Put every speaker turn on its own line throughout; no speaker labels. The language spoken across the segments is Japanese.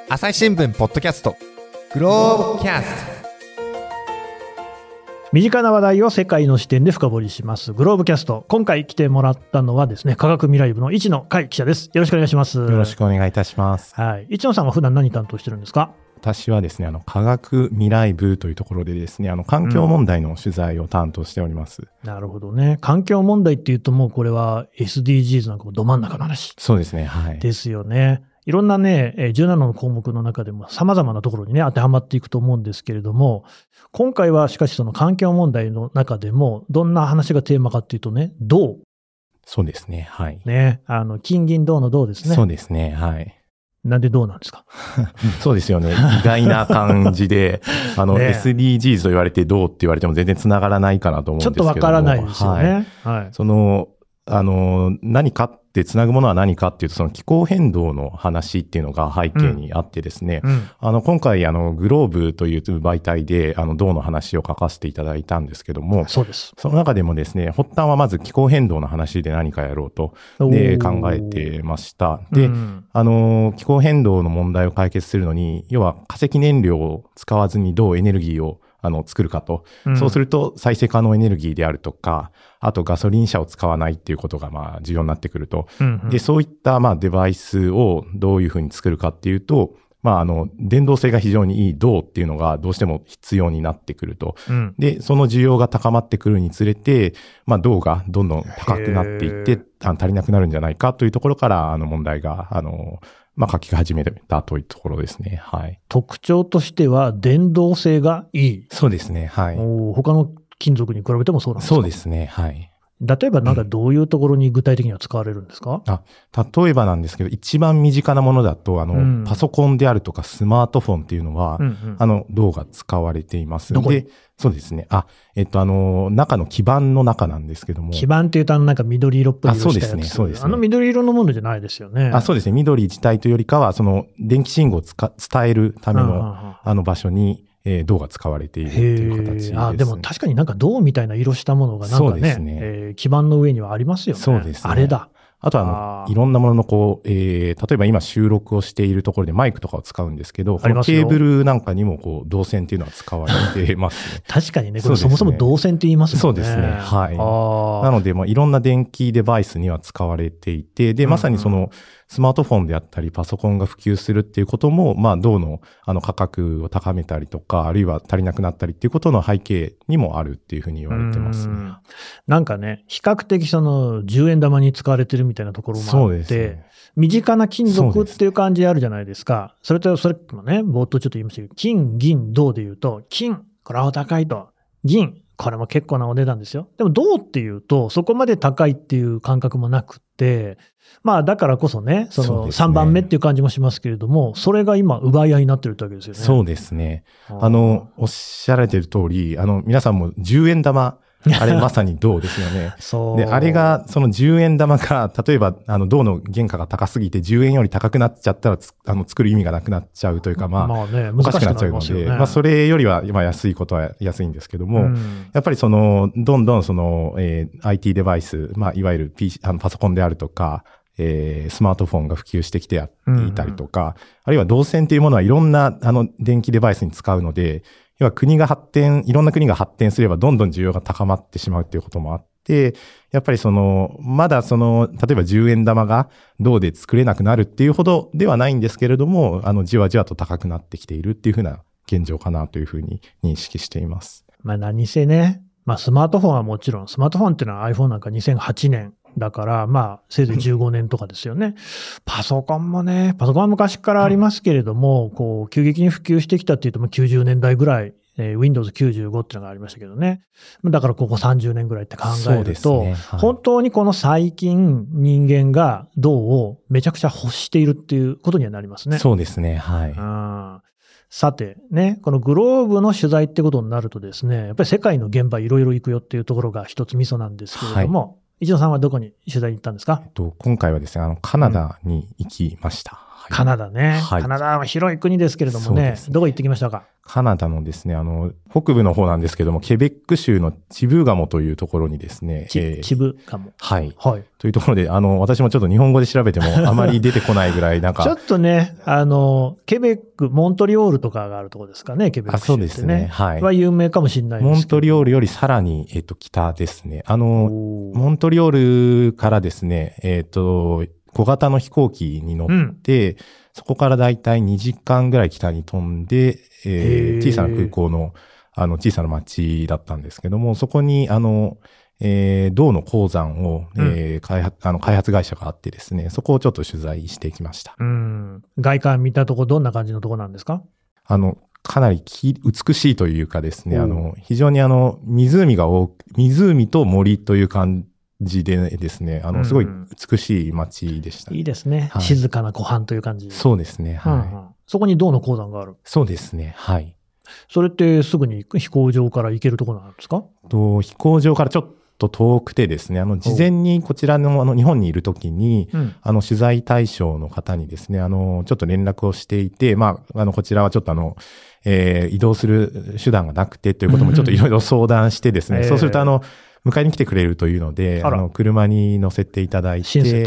朝日新聞ポッドキャストグローブキャスト、
身近な話題を世界の視点で深掘りしますグローブキャスト。今回来てもらったのはですね、科学未来部の市野海記者です。よろしくお願いします。
よろしくお願いいたします。
はい、市野さんは普段何担当してるんですか？
私はですね、科学未来部というところでですね、環境問題の取材を担当しております。
なるほどね。環境問題っていうともうこれは SDGs なんかもど真ん中の話。
そうですね。はい。
ですよね。いろんなね、17の項目の中でも様々なところにね、当てはまっていくと思うんですけれども、今回はしかしその環境問題の中でも、どんな話がテーマかっていうとね、銅。
そうですね。はい。
ね、金銀銅の銅ですね。
そうですね。はい。
なんで銅なんですか？
そうですよね。意外な感じで、SDGs と言われて銅って言われても全然繋がらないかなと思うんですけども。
ちょっとわからないですよね。はい。
何かって繋ぐものは何かっていうと、その気候変動の話っていうのが背景にあってですね、今回グローブという媒体で銅の話を書かせていただいたんですけども、
そうです。
その中でもですね、発端はまず気候変動の話で何かやろうとで考えてました。で、気候変動の問題を解決するのに、要は化石燃料を使わずにどうエネルギーを作るかと、そうすると再生可能エネルギーであるとか、あとガソリン車を使わないっていうことが重要になってくると。で、そういったデバイスをどういうふうに作るかっていうと、電動性が非常にいい銅っていうのがどうしても必要になってくると。で、その需要が高まってくるにつれて、銅がどんどん高くなっていって、足りなくなるんじゃないかというところから、問題が、書き始めたというところですね。はい。
特徴としては、電動性がいい。
そうですね。はい。
他の金属に比べてもそうなんですか？
そうですね。はい。
例えばどういうところに具体的には使われるんですか？
例えばなんですけど、一番身近なものだと、パソコンであるとかスマートフォンっていうのは、銅が使われています。で、そうですね。中の基板の中なんですけども。
基板っていうと緑色っぽい色したやつ。
そうですね。そうですね。
緑色のものじゃないですよね。
そうですね。緑自体というよりかは、その電気信号を伝えるための、場所に、銅が使われているという形ですね。
でも確かに銅みたいな色したものが基板の上にはありますよね。
そうですね。
あれだ。
あといろんなものの例えば今収録をしているところでマイクとかを使うんですけど、このケーブルなんかにも銅線っていうのは使われてますね。
確かにね、これそもそも銅線って言いますもんね。
そうですね。はい。なので、いろんな電気デバイスには使われていて、で、まさにそのスマートフォンであったりパソコンが普及するっていうことも、銅の価格を高めたりとか、あるいは足りなくなったりっていうことの背景にもあるっていうふうに言われてますね。
比較的10円玉に使われてるみたいなところもあって、身近な金属っていう感じあるじゃないですか。それもね、冒頭ちょっと言いましたけど、金、銀、銅で言うと、金、これはお高いと。銀、これも結構なお値段ですよ。でも銅っていうと、そこまで高いっていう感覚もなくって、だからこそね、3番目っていう感じもしますけれども、それが今、奪い合いになってるってわけですよね。
そうですね。おっしゃられてる通り、皆さんも10円玉、あれまさに銅ですよね。で、あれが、その10円玉が、例えば、銅の原価が高すぎて10円より高くなっちゃったら、作る意味がなくなっちゃうというか、おかしくなっちゃうので、それよりは、安いことは安いんですけども、やっぱりどんどんIT デバイス、いわゆるパソコンであるとか、スマートフォンが普及してきていたりとか、あるいは銅線っていうものはいろんな、電気デバイスに使うので、要はいろんな国が発展すればどんどん需要が高まってしまうっていうこともあって、やっぱりまだ例えば10円玉が銅で作れなくなるっていうほどではないんですけれども、じわじわと高くなってきているっていうふうな現状かなというふうに認識しています。
何せね、スマートフォンはもちろん、スマートフォンっていうのは iPhone なんか2008年。だから、せいぜい15年とかですよね。パソコンは昔からありますけれども、急激に普及してきたっていうと、90年代ぐらい、Windows 95っていうのがありましたけどね。だからここ30年ぐらいって考えると、本当にこの最近人間が銅をめちゃくちゃ欲しているっていうことにはなりますね。
そうですね。はい。
さてね、このグローブの取材ってことになるとですね、やっぱり世界の現場いろいろ行くよっていうところが一つミソなんですけれども、市野さんはどこに取材に行ったんですか？
今回はですね、カナダに行きました。
カナダね、
はい、
カナダは広い国ですけれどもね、どこ行ってきましたか？
カナダのですね、北部の方なんですけども、ケベック州のチブガモというところにですね、
チブガモ。
はい。はい。というところで、私もちょっと日本語で調べてもあまり出てこないぐらい、なんか。
ちょっとね、ケベック、モントリオールとかがあるところですかね、ケベック州ってね。
そうですね。はい。
は有名かもしれないですけど。
モントリオールよりさらに、北ですね。モントリオールからですね、小型の飛行機に乗って、そこからだいたい2時間ぐらい北に飛んで、小さな空港の、小さな町だったんですけども、そこに、銅の鉱山を、開発会社があってですね、そこをちょっと取材してきました。
外観見たとこどんな感じのとこなんですか？
かなり美しいというかですね、非常に湖と森という感じでですね、すごい美しい街でした、ね。
いいですね、はい。静かな湖畔という感じ。
そうですね。はい。
そこに銅の鉱山がある。
そうですね。はい。
それってすぐに飛行場から行けるところなんですか？
飛行場からちょっと遠くてですね、事前にこちらの日本にいるときに、取材対象の方にですね、ちょっと連絡をしていて、こちらはちょっと移動する手段がなくてということもちょっといろいろ相談してですね、そうすると迎えに来てくれるというので、車に乗せていただいて、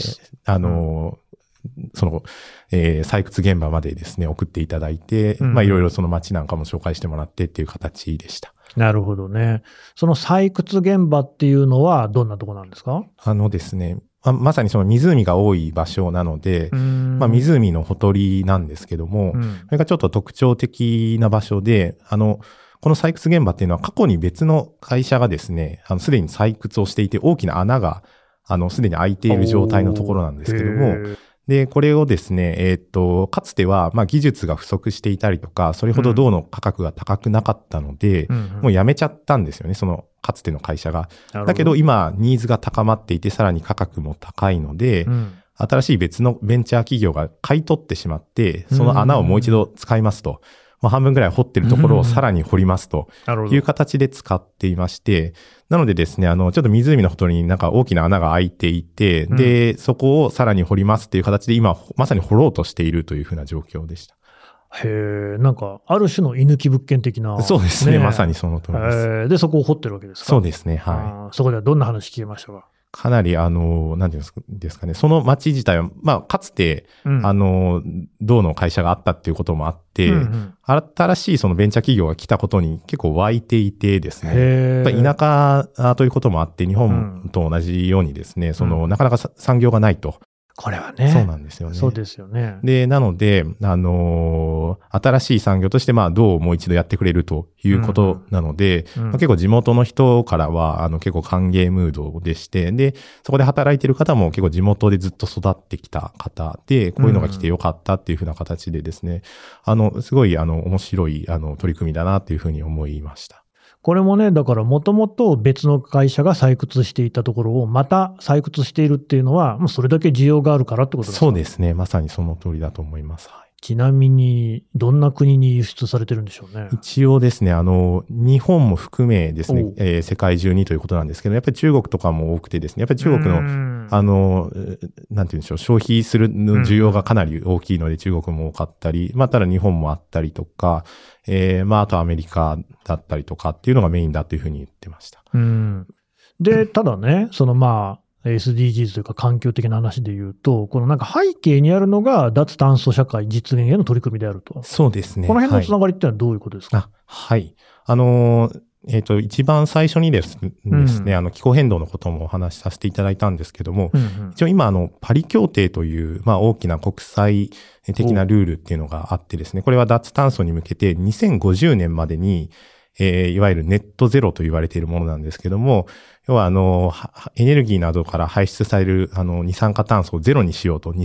採掘現場までですね、送っていただいて、いろいろその街なんかも紹介してもらってっていう形でした。
なるほどね。その採掘現場っていうのはどんなとこなんですか？
ですね、まさにその湖が多い場所なので、湖のほとりなんですけども、それがちょっと特徴的な場所で、この採掘現場っていうのは過去に別の会社がですね、すでに採掘をしていて大きな穴が、すでに開いている状態のところなんですけども、で、これをですね、かつては、技術が不足していたりとか、それほど銅の価格が高くなかったので、もうやめちゃったんですよね、かつての会社が。だけど今、ニーズが高まっていて、さらに価格も高いので、新しい別のベンチャー企業が買い取ってしまって、その穴をもう一度使いますと。半分ぐらい掘ってるところをさらに掘りますという形で使っていまして、なのでですね、ちょっと湖のほとりになんか大きな穴が開いていて、で、そこをさらに掘りますっていう形で今まさに掘ろうとしているというふうな状況でした。
へえ、なんかある種の居抜き物件的な、
そうですね、まさにその通りです。
で、そこを掘ってるわけですか？
そうですね、はい。
そこではどんな話聞けましたか？
かなり、なんていうんですかね、その町自体は、かつて、銅の会社があったっていうこともあって、新しいそのベンチャー企業が来たことに結構湧いていてですね、やっぱ田舎ということもあって、日本と同じようにですね、なかなか産業がないと。
これはね。
そうなんですよね。
そうですよね。
で、なので、新しい産業として、銅をもう一度やってくれるということなので、結構地元の人からは、結構歓迎ムードでして、で、そこで働いている方も結構地元でずっと育ってきた方で、こういうのが来てよかったっていうふうな形でですね、すごい、面白い、取り組みだなっていうふうに思いました。
これもね、だからもともと別の会社が採掘していたところをまた採掘しているっていうのは、もうそれだけ需要があるからってことですか？
そうですね。まさにその通りだと思います。はい、
ちなみに、どんな国に輸出されてるんでしょうね。
一応ですね、日本も含めですね、世界中にということなんですけど、やっぱり中国とかも多くてですね、やっぱり中国の、なんて言うんでしょう、消費する需要がかなり大きいので、中国も多かったり、ただ日本もあったりとか、あとアメリカだったりとかっていうのがメインだっていうふうに言ってました。
で、ただね、SDGs というか環境的な話で言うと、このなんか背景にあるのが脱炭素社会実現への取り組みであると。
そうですね。
この辺のつながりってのはどういうことですか？
はい。一番最初にですね、気候変動のこともお話しさせていただいたんですけども、一応今パリ協定という、大きな国際的なルールっていうのがあってですね、これは脱炭素に向けて2050年までに、いわゆるネットゼロと言われているものなんですけども、要はエネルギーなどから排出される二酸化炭素をゼロにしようと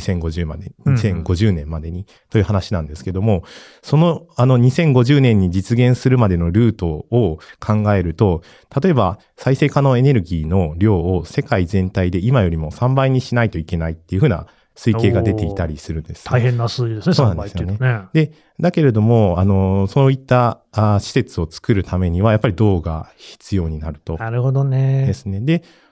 2050年までにという話なんですけども、その2050年に実現するまでのルートを考えると、例えば再生可能エネルギーの量を世界全体で今よりも3倍にしないといけないっていうふうな推計が出ていたりするんです。
大変な数字ですね、3倍っていうとね。
で、だけれども、そういった施設を作るためには、やっぱり銅が必要になると。
なるほどね。
ですね。で、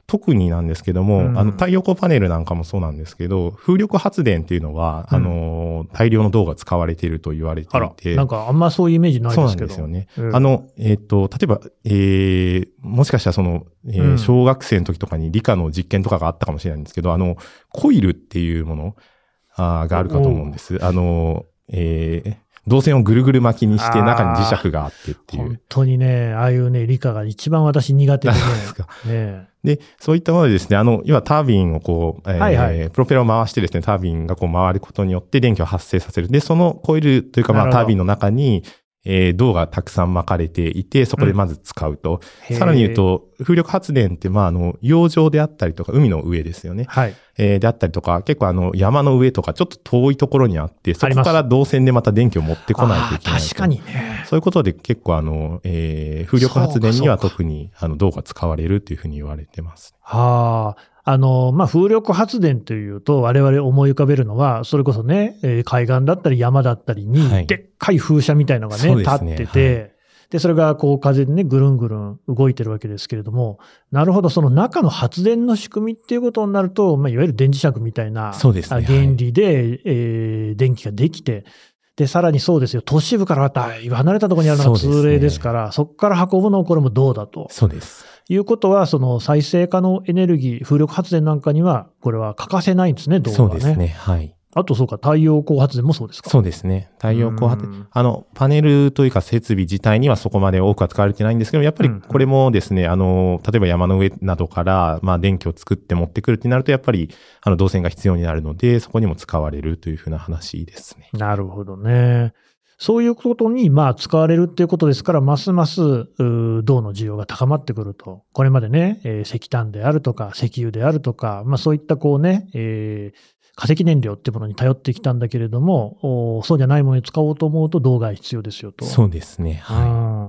特になんですけども、太陽光パネルなんかもそうなんですけど、風力発電っていうのは、大量の銅が使われていると言われていて。
なんかあんまそういうイメージないですけど。
そうなんですよね。例えば、もしかしたら小学生の時とかに理科の実験とかがあったかもしれないんですけど、コイルっていうものがあるかと思うんです。導線をぐるぐる巻きにして中に磁石があってっていう。
本当にね、ああいうね、理科が一番私苦手でね。
で、そういったものでですね、要はタービンをプロペラを回してですね、タービンがこう回ることによって電気を発生させる。で、そのコイルというか、タービンの中に、銅がたくさん巻かれていて、そこでまず使うと。さらに言うと、風力発電って、洋上であったりとか、海の上ですよね。
はい。
であったりとか、結構山の上とか、ちょっと遠いところにあって、そこから導線でまた電気を持ってこないといけない。
確かにね。
そういうことで結構風力発電には特に銅が使われるっていうふうに言われてます。
はあ。風力発電というと、我々思い浮かべるのは、それこそね、海岸だったり山だったりに、でっかい風車みたいのがね、立ってて、で、それがこう風でね、ぐるんぐるん動いてるわけですけれども、なるほど、その中の発電の仕組みっていうことになると、いわゆる電磁石みたいな原理で、電気ができて、で、さらにそうですよ、都市部からだいぶ離れたところにあるのが通例ですから、そこから運ぶのこれも銅だと。
そうです。
いうことは、その再生可能エネルギー、風力発電なんかには、これは欠かせないんですね、銅がね。
そうですね、はい。
あとそうか、太陽光発電もそうですか？
そうですね。太陽光発電。パネルというか設備自体にはそこまで多くは使われてないんですけど、やっぱりこれもですね、例えば山の上などから、電気を作って持ってくるってなると、やっぱり、導線が必要になるので、そこにも使われるというふうな話ですね。
なるほどね。そういうことに、使われるっていうことですから、ますます、銅の需要が高まってくると。これまでね、石炭であるとか、石油であるとか、そういったこうね、化石燃料っていうものに頼ってきたんだけれども、そうじゃないものに使おうと思うと銅が必要ですよと。
そうですね。はい。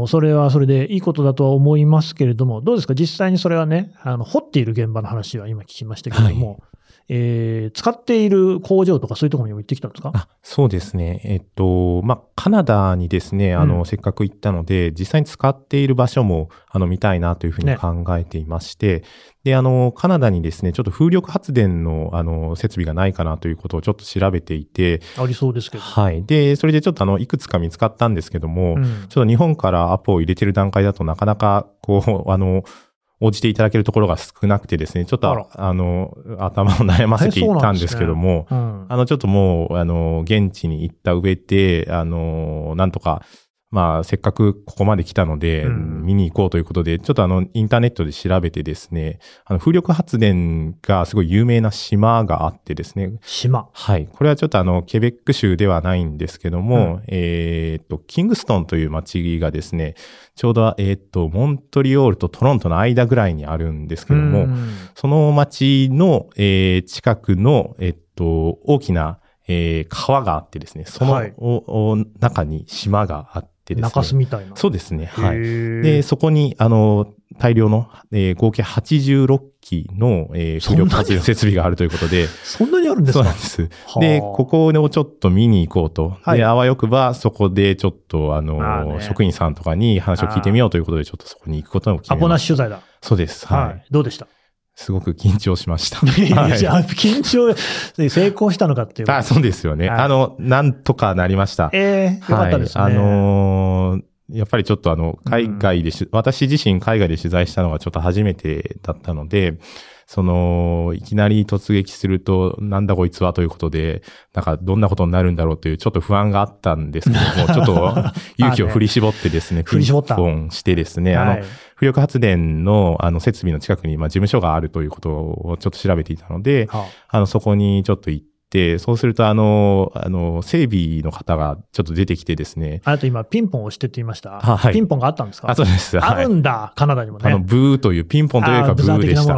それはそれでいいことだとは思いますけれども、どうですか？実際にそれはね、掘っている現場の話は今聞きましたけれども、使っている工場とかそういうところにも行ってきたんですか？
そうですね。カナダにですね、せっかく行ったので、実際に使っている場所も、見たいなというふうに考えていまして、で、カナダにですね、ちょっと風力発電の、設備がないかなということをちょっと調べていて。
ありそうですけど。
はい。で、それでちょっといくつか見つかったんですけども、ちょっと日本からアポを入れてる段階だとなかなか、応じていただけるところが少なくてですね、ちょっと、頭を悩ませていったんですけども、ちょっともう、現地に行った上で、なんとか、せっかくここまで来たので、見に行こうということで、ちょっとインターネットで調べてですね、風力発電がすごい有名な島があってですね。
島？
はい。これはちょっとケベック州ではないんですけども、キングストンという町がですね、ちょうど、モントリオールとトロントの間ぐらいにあるんですけども、その町の、近くの、大きな、川があってですね、その、中に島があってですね。
中州みたいな。
そうですね。はい。で、そこに、大量の、合計86機の、風力発電設備があるということで。
そんなにあるんですか？
そうなんです。で、ここをちょっと見に行こうと。で、あわよくば、そこでちょっと、職員さんとかに話を聞いてみようということで、ちょっとそこに行くことを決めました。
アポなし取材だ。
そうです。はい。
どうでした？
すごく緊張しました。
緊張、成功したのかっていう。
そうですよね。なんとかなりました。
よかったですね。
やっぱりちょっと海外で、私自身海外で取材したのがちょっと初めてだったので、いきなり突撃すると、なんだこいつはということで、なんかどんなことになるんだろうというちょっと不安があったんですけども、ちょっと勇気を振り絞ってですね、
振り絞った。
ピンポンしてですね、風力発電の設備の近くに事務所があるということをちょっと調べていたので、そこにちょっと行って、そうすると整備の方がちょっと出てきてですね。
あなた今ピンポンを押してって言いました。ピンポンがあったんですか？
そうです。
あるんだ、カナダにもね。
ブーというピンポンというかブーでした。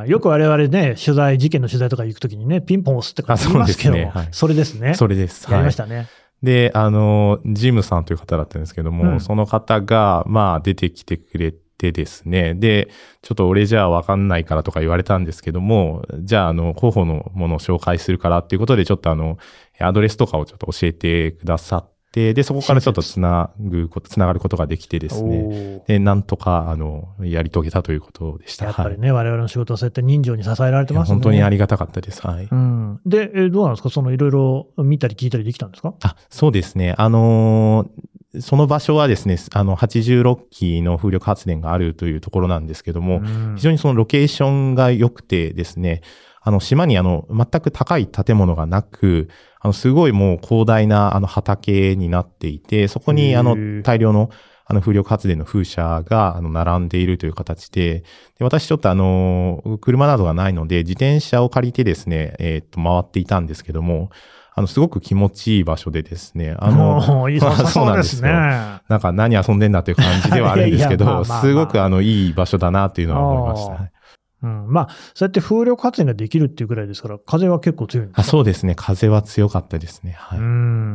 よく我々ね、事件の取材とか行くときにね、ピンポン押すって言いますけど、それですね。
それです。
やりましたね。
で、ジムさんという方だったんですけども、その方が、出てきてくれてですね、で、ちょっと俺じゃあわかんないからとか言われたんですけども、じゃあ候補のものを紹介するからっていうことで、ちょっとアドレスとかをちょっと教えてくださって、で、そこからちょっとつながることができてですね。で、なんとか、やり遂げたということでした。
やっぱりね、我々の仕事はそうやって人情に支えられてますね。
本当にありがたかったです。はい。
うん。で、どうなんですか？いろいろ見たり聞いたりできたんですか？
そうですね。その場所はですね、86基の風力発電があるというところなんですけども、非常にそのロケーションが良くてですね、島に全く高い建物がなく、すごいもう広大な畑になっていて、そこに大量の風力発電の風車が並んでいるという形で、私ちょっと車などがないので、自転車を借りてですね、回っていたんですけども、すごく気持ちいい場所でですね。
いいそうですね。
なんか何遊んでんだという感じではあるんですけど、すごくいい場所だなというのは思いました。
うん。まあ、そうやって風力発電ができるっていうくらいですから、風は結構強いんですか？
そうですね。風は強かったですね。はい。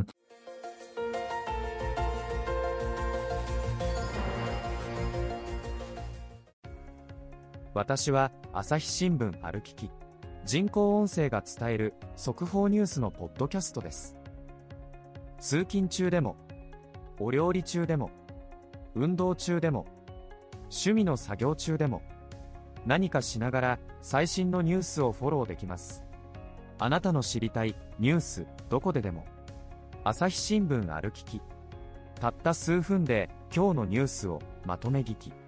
私は朝日新聞ある聞き。人工音声が伝える速報ニュースのポッドキャストです。通勤中でも、お料理中でも、運動中でも、趣味の作業中でも、何かしながら最新のニュースをフォローできます。あなたの知りたいニュースどこででも。朝日新聞ある聞き。たった数分で今日のニュースをまとめ聞き。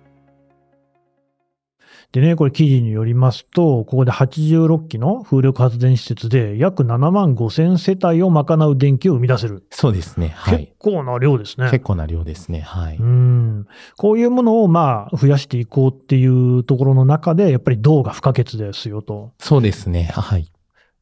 でね、これ記事によりますと、ここで86基の風力発電施設で約7万5000世帯を賄う電気を生み出せる。
そうですね。はい。
結構な量ですね。
結構な量ですね。はい。
こういうものを増やしていこうっていうところの中で、やっぱり銅が不可欠ですよと。
そうですね。はい。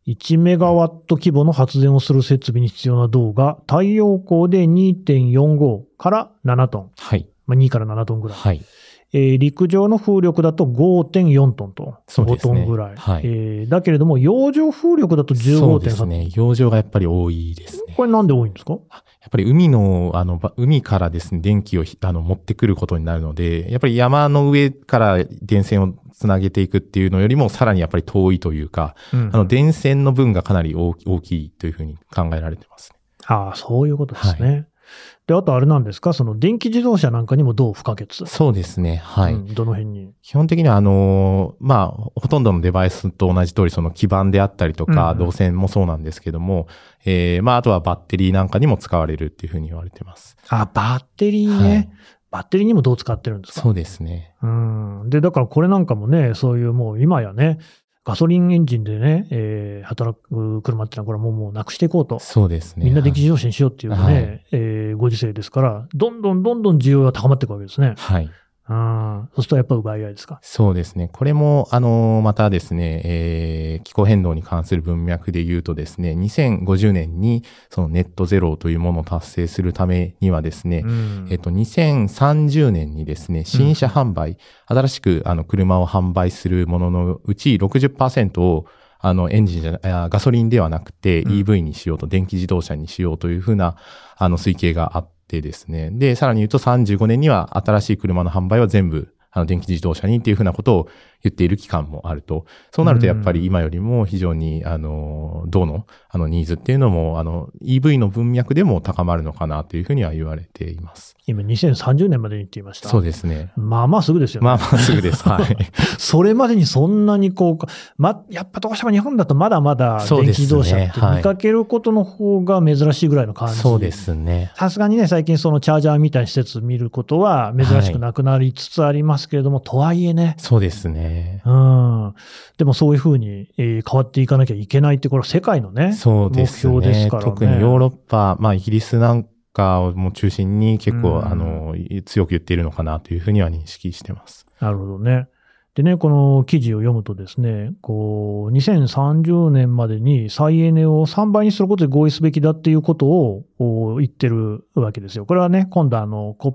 1メガワット規模の発電をする設備に必要な銅が、太陽光で 2.45 から7トン。
はい。
2から7トンぐらい。
はい。
陸上の風力だと 5.4 トンと、5トンぐらい。
はい。
だけれども、洋上風力だと 15.3 トン。そうです
ね。洋上がやっぱり多いですね。
これなんで多いんですか？
やっぱり海からですね、電気を持ってくることになるので、やっぱり山の上から電線をつなげていくっていうのよりも、さらにやっぱり遠いというか、電線の分がかなり大きいというふうに考えられてますね。
ああ、そういうことですね。はい。で、あとあれなんですか、電気自動車なんかにも銅不可欠？
そうですね。はい。
どの辺に？
基本的にはほとんどのデバイスと同じ通り、基板であったりとか、導線もそうなんですけども、あとはバッテリーなんかにも使われるっていうふうに言われてます。
バッテリーね。はい、バッテリーにも銅使ってるんですか？
そうですね。
で、だからこれなんかもね、そういうもう今やね、ガソリンエンジンでね、働く車ってのはこれもうなくしていこうと。
そうですね。
みんな電気自動車にしようっていうね、ご時世ですから、どんどん需要が高まっていくわけですね。
はい。
そうするとやっぱり奪い合いですか？
そうですね。これも、またですね、気候変動に関する文脈で言うとですね、2050年にそのネットゼロというものを達成するためにはですね、2030年にですね、新車販売、新しく車を販売するもののうち 60% をエンジンガソリンではなくて EV にしようと、電気自動車にしようというふうな推計があってですね。で、さらに言うと35年には新しい車の販売は全部電気自動車にっていうふうなことを言っている期間もあると。そうなるとやっぱり今よりも非常に銅のニーズっていうのもEV の文脈でも高まるのかなというふうには言われています。
今2030年までにって言いました。
そうですね。
まあまあすぐですよね。
まあまあすぐです。はい。
それまでにそんなにやっぱどうしても日本だとまだまだ電気自動車って見かけることの方が珍しいぐらいの感じ。
そうですね。
さすがにね、最近そのチャージャーみたいな施設見ることは珍しくなくなりつつありますけれども、とはいえね。
そうですね。
でもそういうふうに変わっていかなきゃいけないって、これは世界のね、
そうですね、
目標ですからね。
特にヨーロッパ、イギリスなんかをも中心に結構、強く言っているのかなというふうには認識してます。
なるほどね。でね、この記事を読むとですね、2030年までに再エネを3倍にすることで合意すべきだっていうことを言ってるわけですよ。これはね、今度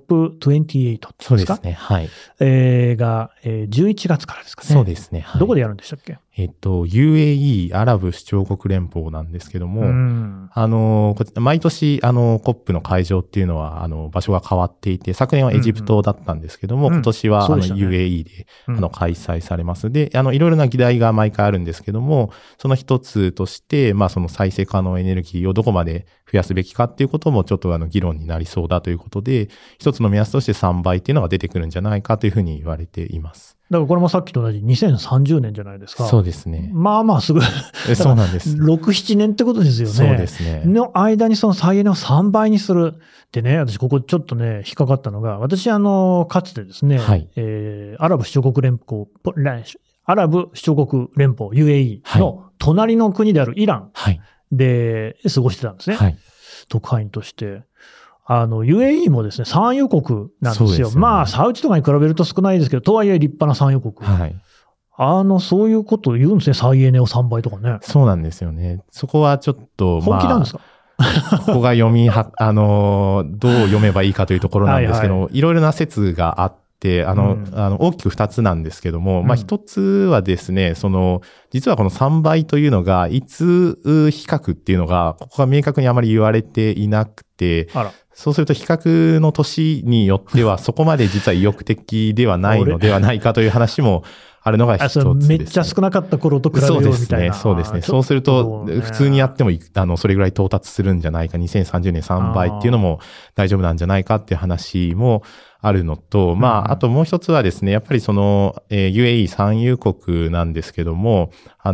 COP28 ですか？
そうですね。はい。
が、11月からですかね。
そうですね。はい。
どこでやるんでしたっけ？
UAE アラブ首長国連邦なんですけども、毎年COP の会場っていうのは場所が変わっていて、昨年はエジプトだったんですけども、今年はUAE で開催されます。で、いろいろな議題が毎回あるんですけども、その一つとして、その再生可能エネルギーをどこまで増やすべきかっていうこともちょっと議論になりそうだということで、一つの目安として3倍っていうのが出てくるんじゃないかというふうに言われています。
だからこれもさっきと同じ2030年じゃないですか。
そうですね。
まあまあすぐ。
そうなんです。
6、7年ってことですよね。
そうですね。
の間にその再エネを3倍にする。でね、私ここちょっとね、引っかかったのが、私かつてですね、
はい、
アラブ首長国連邦、UAE の隣の国であるイランで過ごしてたんですね。はい、特派員として。UAE もですね、産油国なんですよ。まあ、サウジとかに比べると少ないですけど、とはいえ立派な産油国。はい。そういうことを言うんですね、再エネを3倍とかね。
そうなんですよね。そこはちょっと、
本気なんですか？
ここがどう読めばいいかというところなんですけど、いろいろな説があって、大きく2つなんですけども、1つはですね、実はこの3倍というのが、いつ比較っていうのが、ここが明確にあまり言われていなくて、そうすると比較の年によっては、そこまで実は意欲的ではないのではないかという話もあるのが一つですね。
めっちゃ少なかった頃と比べようみたいな。
そうですね。そうすると、普通にやっても、それぐらい到達するんじゃないか、2030年3倍っていうのも大丈夫なんじゃないかっていう話もあるのと、あともう一つはですね、やっぱりUAE 産油国なんですけども、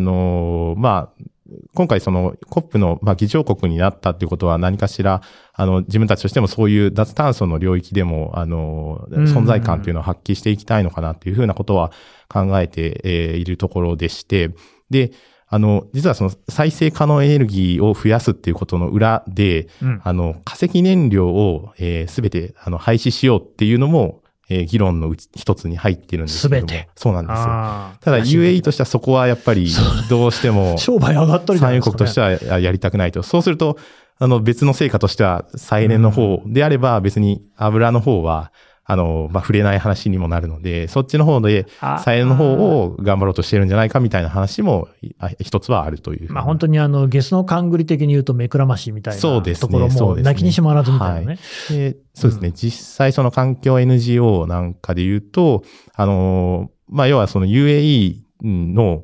今回COP の議長国になったっていうことは何かしら自分たちとしてもそういう脱炭素の領域でも存在感っていうのを発揮していきたいのかなっていうふうなことは考えているところでして、で実は再生可能エネルギーを増やすっていうことの裏で、化石燃料をすべて廃止しようっていうのも議論の一つに入っているんですけども。全て。そうなんですよ。ただ UAE としてはそこはやっぱりどうしても
商売上がったりじゃないですかね。
産油国としてはやりたくないと。そうすると別の成果としては再エネの方であれば別に油の方は触れない話にもなるので、そっちの方で再エネの方を頑張ろうとしてるんじゃないかみたいな話も一つはあるという。
本当にゲスの勘繰り的に言うと目くらましみたいなところも泣きにしもあらずみたいなね。
そうですね。実際環境 NGO なんかで言うと、要はUAE の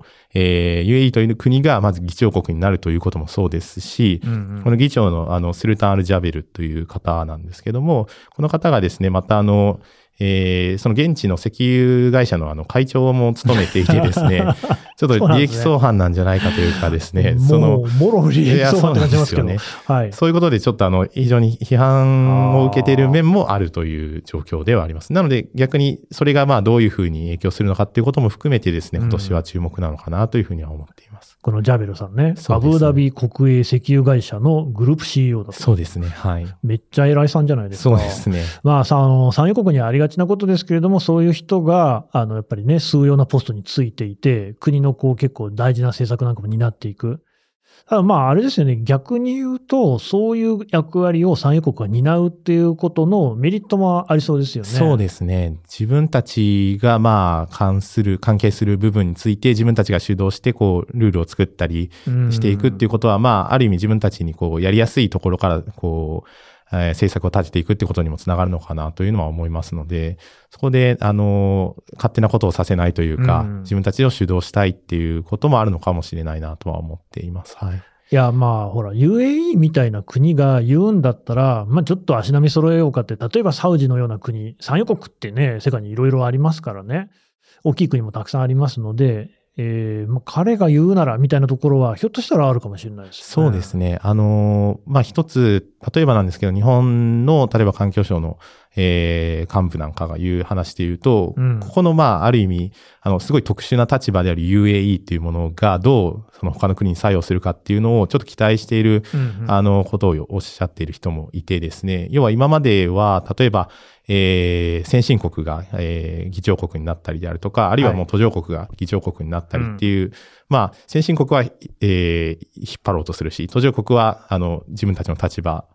UAE という国がまず議長国になるということもそうですし、この議長のスルタン・アル・ジャベルという方なんですけども、この方がですね、またその現地の石油会社の会長も務めていてですね、ちょっと利益相反なんじゃないかというかですね、
もろ利益相反って感じますけどね。
はい。そういうことでちょっと非常に批判を受けている面もあるという状況ではあります。なので逆にそれがどういうふうに影響するのかっていうことも含めてですね、今年は注目なのかなというふうには思っています。
このジャベルさんね、アブダビ国営石油会社のグループ CEO だと。
そうですね。はい。
めっちゃ偉いさんじゃないですか。
そうですね。
産油国にはありがちなことですけれども、そういう人が、やっぱりね、数要なポストについていて、国の結構大事な政策なんかも担っていく。ただあれですよね、逆に言うと、そういう役割を産油国が担うっていうことのメリットもありそうですよね。
そうですね。自分たちが関係する部分について自分たちが主導してルールを作ったりしていくっていうことは、ある意味自分たちにやりやすいところから政策を立てていくってことにもつながるのかなというのは思いますので、そこで、勝手なことをさせないというか、自分たちを主導したいっていうこともあるのかもしれないなとは思っています。はい。
いや、ほら、UAE みたいな国が言うんだったら、ちょっと足並み揃えようかって、例えばサウジのような国、産油国ってね、世界にいろいろありますからね。大きい国もたくさんありますので、彼が言うならみたいなところはひょっとしたらあるかもしれないですね。
そうですね。一つ、例えばなんですけど、日本の、例えば環境省の、幹部なんかが言う話で言うと、ここの、ある意味、すごい特殊な立場である UAE っていうものがどう、他の国に作用するかっていうのをちょっと期待している、ことをおっしゃっている人もいてですね。要は今までは、例えば、先進国が、議長国になったりであるとか、あるいはもう途上国が議長国になったりっていう、先進国は、引っ張ろうとするし、途上国は、自分たちの立場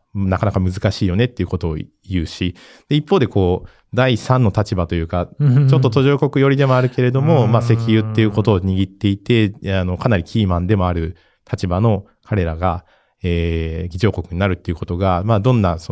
なかなか難しいよねっていうことを言うし、で一方でこう、第三の立場というか、ちょっと途上国寄りでもあるけれども、石油っていうことを握っていて、かなりキーマンでもある立場の彼らが、議長国になるっていうことが、どんななんてい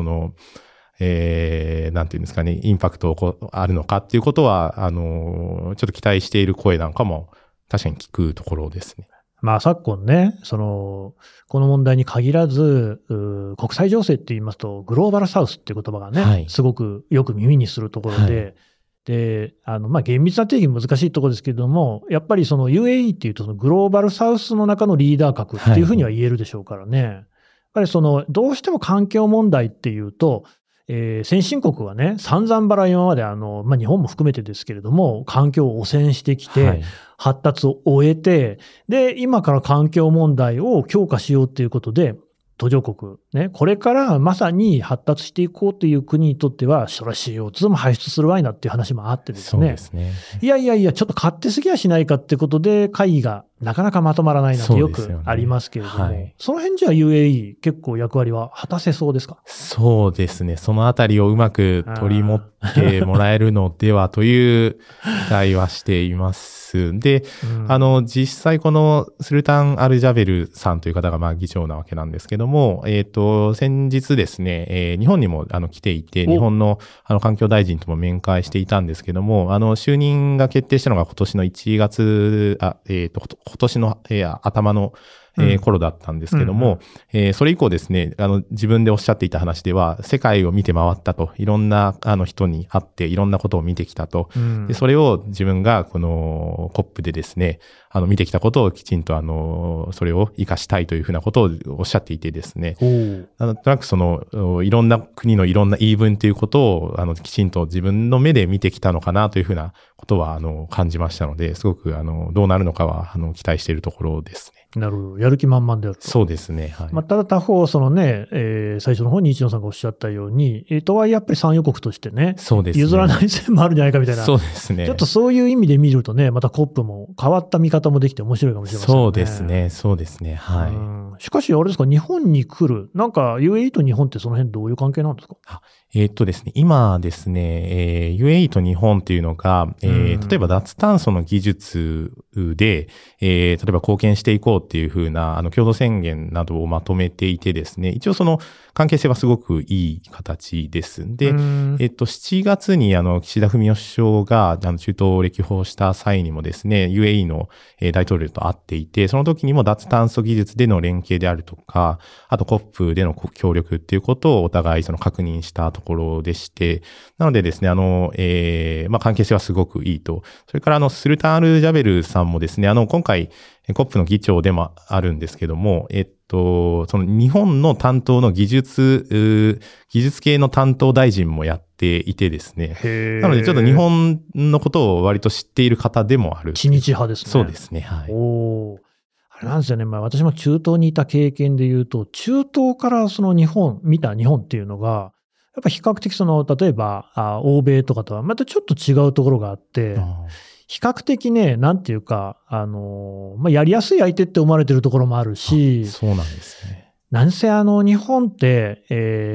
うんですかね、インパクトあるのかっていうことは、ちょっと期待している声なんかも確かに聞くところですね。
昨今ね、この問題に限らず、国際情勢って言いますと、グローバルサウスっていう言葉がね、はい、すごくよく耳にするところで、はい、で、厳密な定義難しいところですけれども、やっぱりUAE っていうと、グローバルサウスの中のリーダー格っていうふうには言えるでしょうからね。はい、やっぱりどうしても環境問題っていうと、先進国はね、散々ばら今まで日本も含めてですけれども、環境を汚染してきて、はい、発達を終えて、で、今から環境問題を強化しようということで、途上国、ね、これからまさに発達していこうという国にとっては、それは CO2 も排出するわいなっていう話もあってですね。そうですね。いや、ちょっと勝手すぎやしないかってことで、会議がなかなかまとまらないなんてよくありますけれども、はい、その辺じゃ UAE 結構役割は果たせそうですか？そうですね。
そのあたりをうまく取り持ってもらえるのではという期待はしています。で、実際このスルタン・アルジャベルさんという方が議長なわけなんですけども、先日ですね、日本にも来ていて、日本の環境大臣とも面会していたんですけども、就任が決定したのが今年の1月、今年の頭の頃だったんですけども、それ以降ですね、自分でおっしゃっていた話では、世界を見て回ったと、いろんな人に会っていろんなことを見てきたと、でそれを自分がこの COP でですね、見てきたことをきちんとそれを活かしたいというふうなことをおっしゃっていてですね、なんとなくいろんな国のいろんな言い分ということをきちんと自分の目で見てきたのかなというふうなことは感じましたので、すごくどうなるのかは期待しているところですね。
なるほど。やる気満々であると。
そうですね。はい。
ただ他方、最初の方に一野さんがおっしゃったように、とはいえやっぱり産油国としてね、
そうですね。
譲らない線もあるんじゃないかみたいな。
そうですね。
ちょっとそういう意味で見るとね、また COP も変わった見方もできて面白いかもしれませんね。
そうですね。そうですね。はい。
しかし、あれですか、日本に来る、なんか UAE と日本ってその辺どういう関係なんですか？
ですね、今ですね、UAE と日本っていうのが、例えば脱炭素の技術で、例えば貢献していこうっていうふうな、共同宣言などをまとめていてですね、一応その関係性はすごくいい形です。で、7月に岸田文雄首相が中東を歴訪した際にもですね、UAE の大統領と会っていて、その時にも脱炭素技術での連携であるとか、あと COP での協力っていうことをお互い確認したところでして、なのでですね、関係性はすごくいいと。それからスルタン・アルジャベルさんもですね、今回 COP の議長でもあるんですけども、その日本の担当の技術系の担当大臣もやっていてですね。なのでちょっと日本のことを割と知っている方でもある。
知日派ですね。
そうですね。はい。
あれなんですよね。私も中東にいた経験で言うと、中東から見た日本っていうのが、やっぱ比較的例えば、欧米とかとはまたちょっと違うところがあって、比較的ね、なんていうか、やりやすい相手って思われてるところもあるし、
そうなんですね。
なんせ日本って、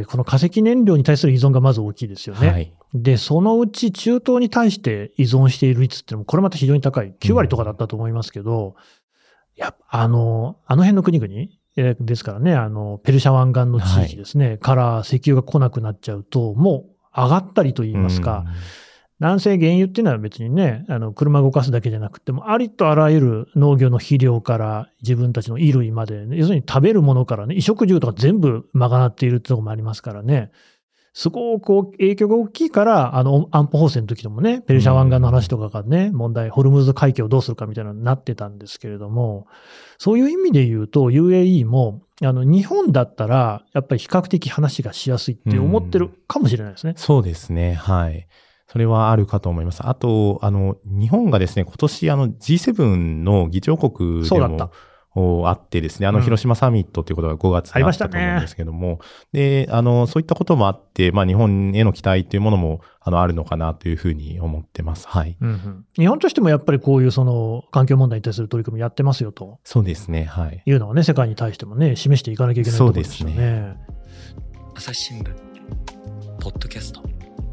この化石燃料に対する依存がまず大きいですよね。はい。で、そのうち中東に対して依存している率っていうのも、これまた非常に高い。9割とかだったと思いますけど、あの辺の国々、ですからね、ペルシャ湾岸の地域ですね、はい、から石油が来なくなっちゃうと、もう上がったりと言いますか、南西原油っていうのは別にね、車動かすだけじゃなくても、ありとあらゆる農業の肥料から自分たちの衣類まで、ね、要するに食べるものからね、衣食住とか全部賄っているってところもありますからね、すごく影響が大きいから、安保法制の時でもね、ペルシャ湾岸の話とかがね、問題、ホルムズ海峡をどうするかみたいなのになってたんですけれども、そういう意味で言うと、UAE も、日本だったら、やっぱり比較的話がしやすいって思ってるかもしれないですね。
そうですね。はい。それはあるかと思います。あと、日本がですね、今年G7 の議長国でもあってですね、広島サミットということが5月にあったと思うんですけども、で、そういったこともあって、日本への期待というものも、あるのかなというふうに思ってます。はい。
日本としてもやっぱりこういう環境問題に対する取り組みやってますよと。
そうですね。はい。
いうのをね、世界に対してもね、示していかなきゃいけないところですよね。そうですね。
朝日新聞ポッドキャスト。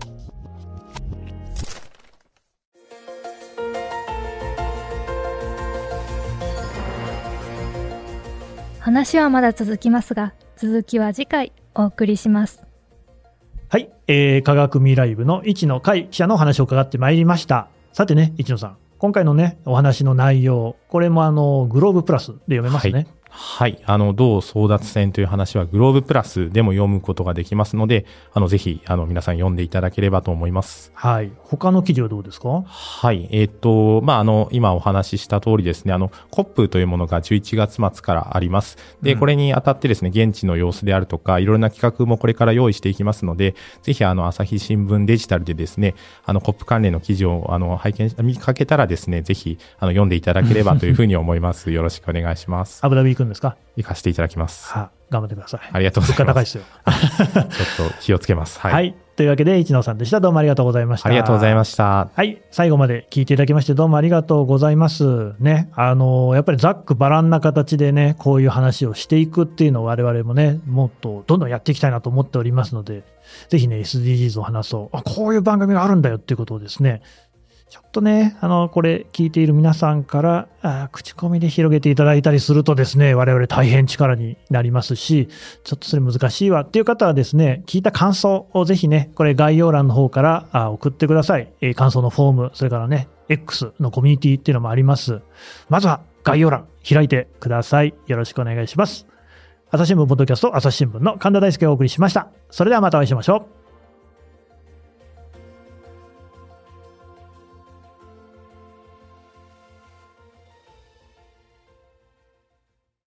話はまだ続きますが、続きは次回お送りします。
はい、科学未来部の市野海記者のお話を伺ってまいりました。さてね、市野さん、今回のねお話の内容、これもグローブプラスで読めますね。
はい。銅争奪戦という話はグローブプラスでも読むことができますので、ぜひ、皆さん読んでいただければと思います。
はい。他の記事はどうですか？
はい。今お話しした通りですね、COP というものが11月末からあります。で、これにあたってですね、現地の様子であるとか、いろいろな企画もこれから用意していきますので、ぜひ、朝日新聞デジタルでですね、COP 関連の記事を、見かけたらですね、ぜひ、読んでいただければというふうに思います。よろしくお願いします。
アブダビ行くんですか？
行かせていただきます。
頑張ってください。
ありがとうございます。
物価高いですよ。
ちょっと気をつけます。
はい。というわけで、市野さんでした。どうもありがとうございました。
ありがとうございました。
はい。最後まで聞いていただきまして、どうもありがとうございます。ね。やっぱりざっくばらんな形でね、こういう話をしていくっていうのを我々もね、もっとどんどんやっていきたいなと思っておりますので、ぜひね、SDGs を話そう。こういう番組があるんだよっていうことをですね、ちょっとね、これ聞いている皆さんから口コミで広げていただいたりするとですね、我々大変力になりますし、ちょっとそれ難しいわっていう方はですね、聞いた感想をぜひね、これ概要欄の方から送ってください。感想のフォーム、それからね、X のコミュニティっていうのもあります。まずは概要欄開いてください。よろしくお願いします。朝日新聞ポッドキャスト、朝日新聞の神田大輔がお送りしました。それではまたお会いしましょう。